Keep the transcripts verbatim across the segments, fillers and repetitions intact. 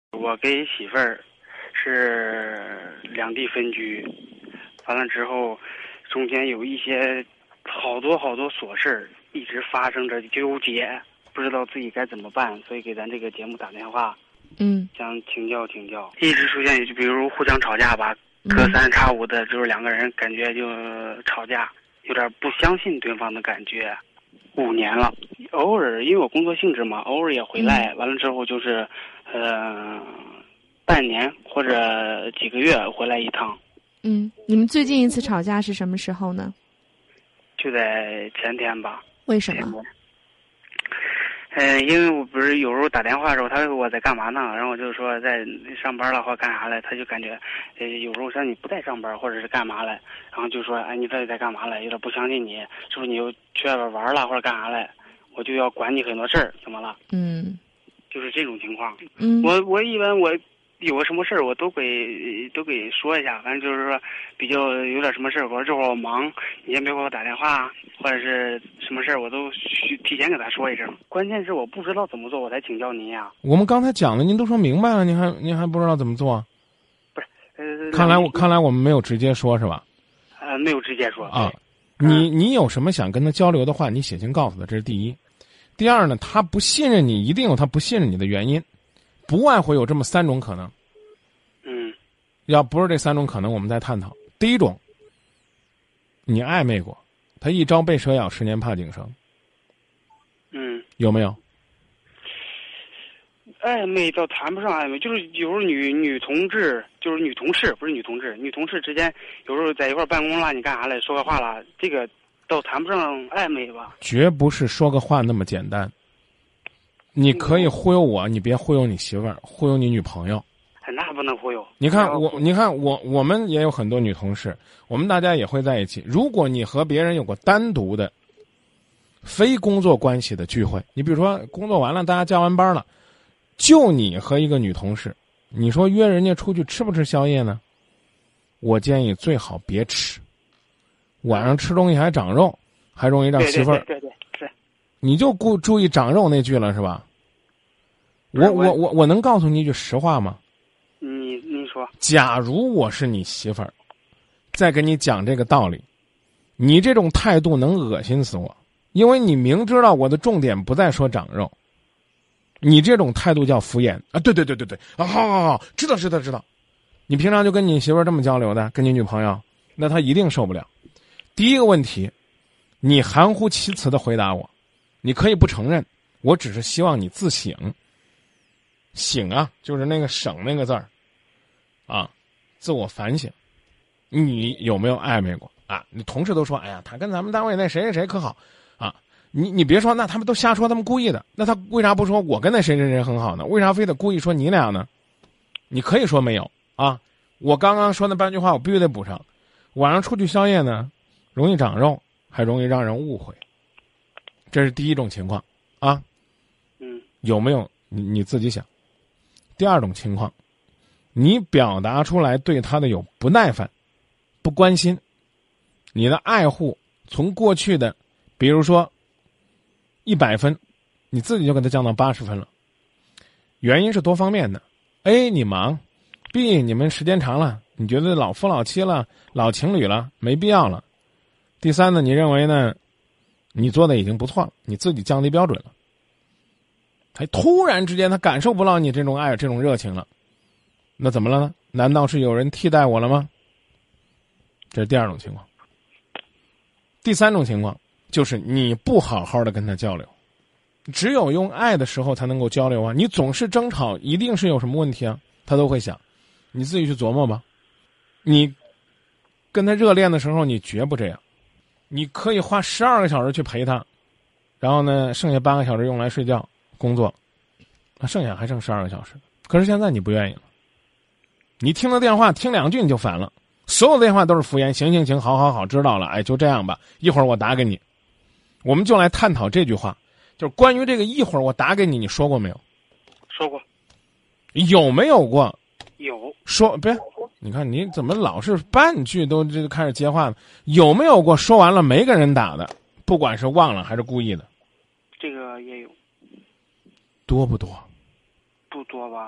我跟媳妇儿是两地分居，完了之后，中间有一些好多好多琐事儿一直发生着纠结，不知道自己该怎么办，所以给咱这个节目打电话， 嗯， 想请教请教。一直出现就比如互相吵架吧，隔三差五的，就是两个人感觉就吵架，有点不相信对方的感觉。五年了，偶尔因为我工作性质嘛，偶尔也回来，完了之后就是，呃，半年或者几个月回来一趟。 嗯，你们最近一次吵架是什么时候呢？ 就在前天吧。 为什么？ 嗯，因为我不是有时候打电话的时候，他问我在干嘛呢，然后我就说在上班了或干啥了，他就感觉，呃，有时候说你不在上班或者是干嘛了，然后就说，哎，你到底在干嘛了？有点不相信你，是不是你又去外边玩了或者干啥了？我就要管你很多事儿，怎么了？ 嗯， 就是这种情况。 嗯， 我我一般我有个什么事儿我都给都给说一下，反正就是说比较有点什么事儿，我说这会儿我忙，你先别给我打电话，或者是什么事儿我都提前给他说一声。关键是我不知道怎么做，我才请教您呀。 我们刚才讲的您都说明白了，您还您还不知道怎么做？ 不是，呃， 看来我看来我们没有直接说是吧？ 呃，没有直接说啊。你你有什么想跟他交流的话，你写信告诉他，这是第一。第二呢，他不信任你，一定有他不信任你的原因，不外乎有这么三种可能。 嗯， 要不是这三种可能，我们再探讨。第一种，你暧昧过，他一朝被蛇咬，十年怕井绳。 嗯， 有没有？ 暧昧倒谈不上暧昧，就是有时候女女同志，就是女同事，不是女同志，女同事之间有时候在一块办公了，你干啥了？说个话了，这个倒谈不上暧昧吧？ 绝不是说个话那么简单。你可以忽悠我，你别忽悠你媳妇儿，忽悠你女朋友。 那不能忽悠。 你看我，你看我，我们也有很多女同事，我们大家也会在一起。如果你和别人有过单独的、非工作关系的聚会，你比如说工作完了，大家加完班了，就你和一个女同事，你说约人家出去吃不吃宵夜呢？我建议最好别吃，晚上吃东西还长肉，还容易让媳妇儿。 对对对对，是。 你就顾注意长肉那句了是吧？我我我我能告诉你一句实话吗？ 你你说， 假如我是你媳妇儿，再跟你讲这个道理，你这种态度能恶心死我，因为你明知道我的重点不在说长肉，你这种态度叫敷衍啊！对对对对对啊！好好好，知道知道知道。你平常就跟你媳妇儿这么交流的，跟你女朋友，那她一定受不了。第一个问题，你含糊其辞的回答我，你可以不承认，我只是希望你自省。醒啊，就是那个省那个字儿，啊，自我反省，你有没有暧昧过啊？你同事都说，哎呀，他跟咱们单位那谁谁谁可好，啊，你你别说，那他们都瞎说，他们故意的，那他为啥不说我跟那谁谁谁很好呢？为啥非得故意说你俩呢？你可以说没有啊，我刚刚说那半句话我必须得补上，晚上出去宵夜呢，容易长肉，还容易让人误会，这是第一种情况啊。 嗯， 有没有你你自己想。第二种情况，你表达出来对他的有不耐烦、不关心，你的爱护从过去的，比如说一百分，你自己就给他降到八十分了。原因是多方面的 ：A 你忙 ，B 你们时间长了，你觉得老夫老妻了、老情侣了，没必要了。第三呢，你认为呢，你做的已经不错了，你自己降低标准了。还突然之间他感受不到你这种爱这种热情了，那怎么了呢？难道是有人替代我了吗？这是第二种情况。第三种情况就是你不好好的跟他交流，只有用爱的时候才能够交流啊！你总是争吵，一定是有什么问题啊，他都会想，你自己去琢磨吧。你跟他热恋的时候，你绝不这样，你可以花十二个小时去陪他，然后呢，剩下八个小时用来睡觉。工作，那剩下还剩十二个小时。可是现在你不愿意了，你听了电话听两句你就烦了，所有的电话都是敷衍，行行行，好好好，知道了，哎，就这样吧，一会儿我打给你。我们就来探讨这句话，就是关于这个一会儿我打给你，你说过没有？ 说过。 有没有过？ 有。 说别，你看你怎么老是半句都这开始接话了？有没有过说完了没给人打的？不管是忘了还是故意的？ 这个也有。 多不多？ 不多吧。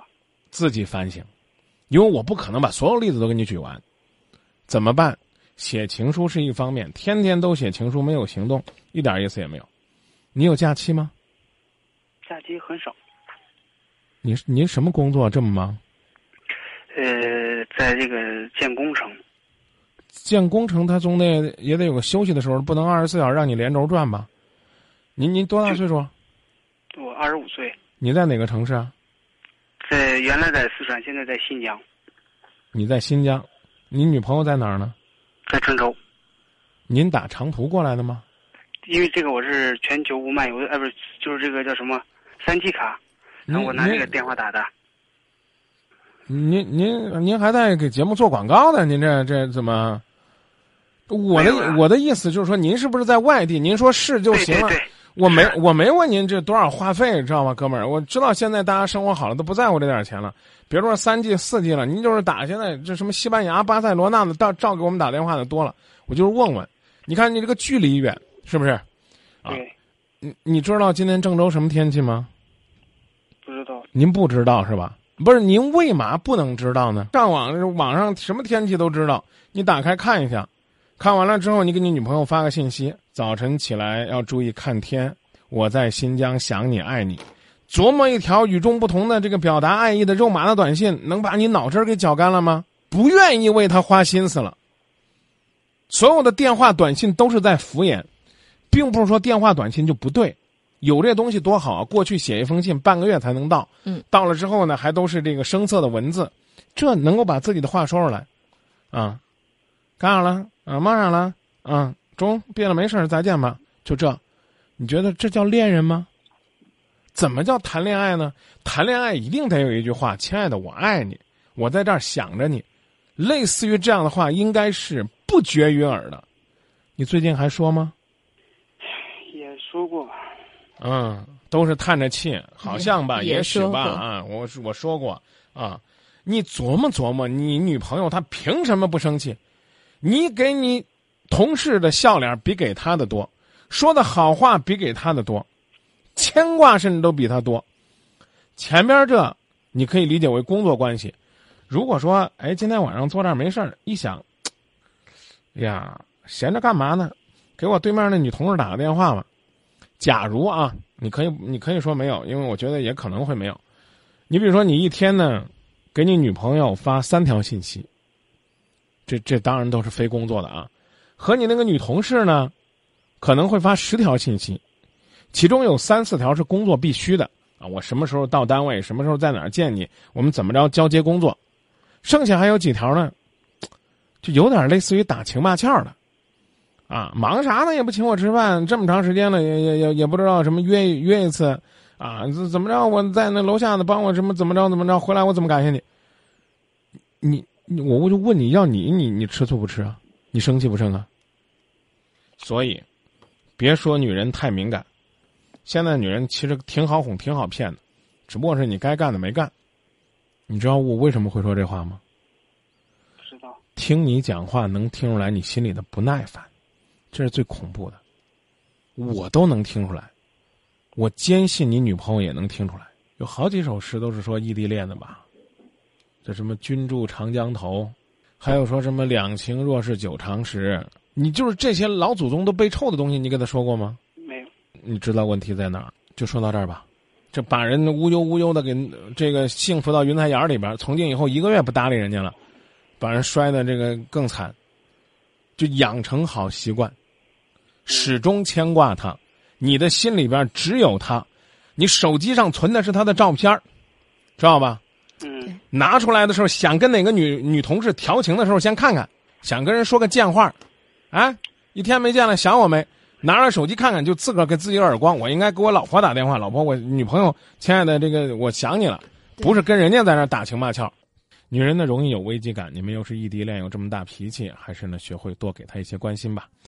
自己反省，因为我不可能把所有例子都给你举完。怎么办？写情书是一方面，天天都写情书没有行动，一点意思也没有。你有假期吗？ 假期很少。 你您什么工作这么忙？ 呃，在这个建工程。 建工程他总得也得有个休息的时候，不能二十四小时让你连轴转吧？您您多大岁数？ 我二十五岁。 你在哪个城市啊？ 在原来在四川，现在在新疆。 你在新疆，你女朋友在哪儿呢？ 在郑州。 您打长途过来的吗？ 因为这个我是全球无漫游的，呃，不是，就是这个叫什么三 G 卡，然后我拿这个电话打的。 您您您还在给节目做广告呢？您这这怎么？我的、啊、我的意思就是说，您是不是在外地？您说是就行了。 对对对， 我没我没问您这多少话费，知道吗，哥们儿？我知道现在大家生活好了，都不在乎这点钱了。别说三 G 四 G 了，您就是打现在这什么西班牙、巴塞罗那的，到照给我们打电话的多了。我就是问问，你看你这个距离远，是不是？啊， 对。 你你知道今天郑州什么天气吗？ 不知道。 您不知道是吧？不是，您为嘛不能知道呢？上网网上什么天气都知道，你打开看一下，看完了之后，你给你女朋友发个信息：早晨起来要注意看天，我在新疆想你爱你。琢磨一条与众不同的这个表达爱意的肉麻的短信，能把你脑汁给搅干了吗？不愿意为他花心思了。所有的电话短信都是在敷衍，并不是说电话短信就不对。有这东西多好啊！过去写一封信半个月才能到， 嗯， 到了之后呢，还都是这个生涩的文字，这能够把自己的话说出来，啊，干啥了？啊，忙啥了？啊，中毕业了没事再见吧。就这，你觉得这叫恋人吗？怎么叫谈恋爱呢？谈恋爱一定得有一句话：亲爱的，我爱你，我在这儿想着你。类似于这样的话，应该是不绝于耳的。你最近还说吗？ 也说过。 嗯，都是叹着气，好像吧， 也也许吧啊，我我说过啊，你琢磨琢磨，你女朋友她凭什么不生气？你给你同事的笑脸比给她的多，说的好话比给她的多，牵挂甚至都比她多。前边这你可以理解为工作关系。如果说，哎，今天晚上坐这儿没事儿，一想，呀，闲着干嘛呢？给我对面那女同事打个电话吧。假如啊，你可以你可以说没有，因为我觉得也可能会没有。你比如说，你一天呢，给你女朋友发三条信息，这这当然都是非工作的啊。和你那个女同事呢，可能会发十条信息，其中有三四条是工作必须的啊。我什么时候到单位，什么时候在哪儿见你，我们怎么着交接工作。剩下还有几条呢，就有点类似于打情骂俏的。啊，忙啥呢？也不请我吃饭，这么长时间了，也也也也不知道什么约约一次，啊，怎么着？我在那楼下呢，帮我什么怎么着怎么着，回来我怎么感谢你？你你我我就问你要你你你吃醋不吃啊？你生气不生啊？所以，别说女人太敏感，现在女人其实挺好哄，挺好骗的，只不过是你该干的没干。你知道我为什么会说这话吗？ 不知道。 听你讲话能听出来你心里的不耐烦。这是最恐怖的，我都能听出来，我坚信你女朋友也能听出来。有好几首诗都是说异地恋的吧，这什么君住长江头，还有说什么两情若是久长时，你就是这些老祖宗都背臭的东西，你给他说过吗？ 没有。 你知道问题在哪儿？就说到这儿吧。这把人无忧无忧的给这个幸福到云彩眼里边，从今以后一个月不搭理人家了，把人摔的这个更惨。就养成好习惯，始终牵挂他，你的心里边只有他，你手机上存的是他的照片，知道吧？ 嗯。 拿出来的时候，想跟哪个女女同事调情的时候，先看看，想跟人说个贱话，哎，一天没见了，想我没？拿着手机看看，就自个儿给自己耳光。我应该给我老婆打电话，老婆，我女朋友，亲爱的，这个我想你了，不是跟人家在那打情骂俏。女人呢容易有危机感，你们又是异地恋，有这么大脾气，还是呢学会多给她一些关心吧。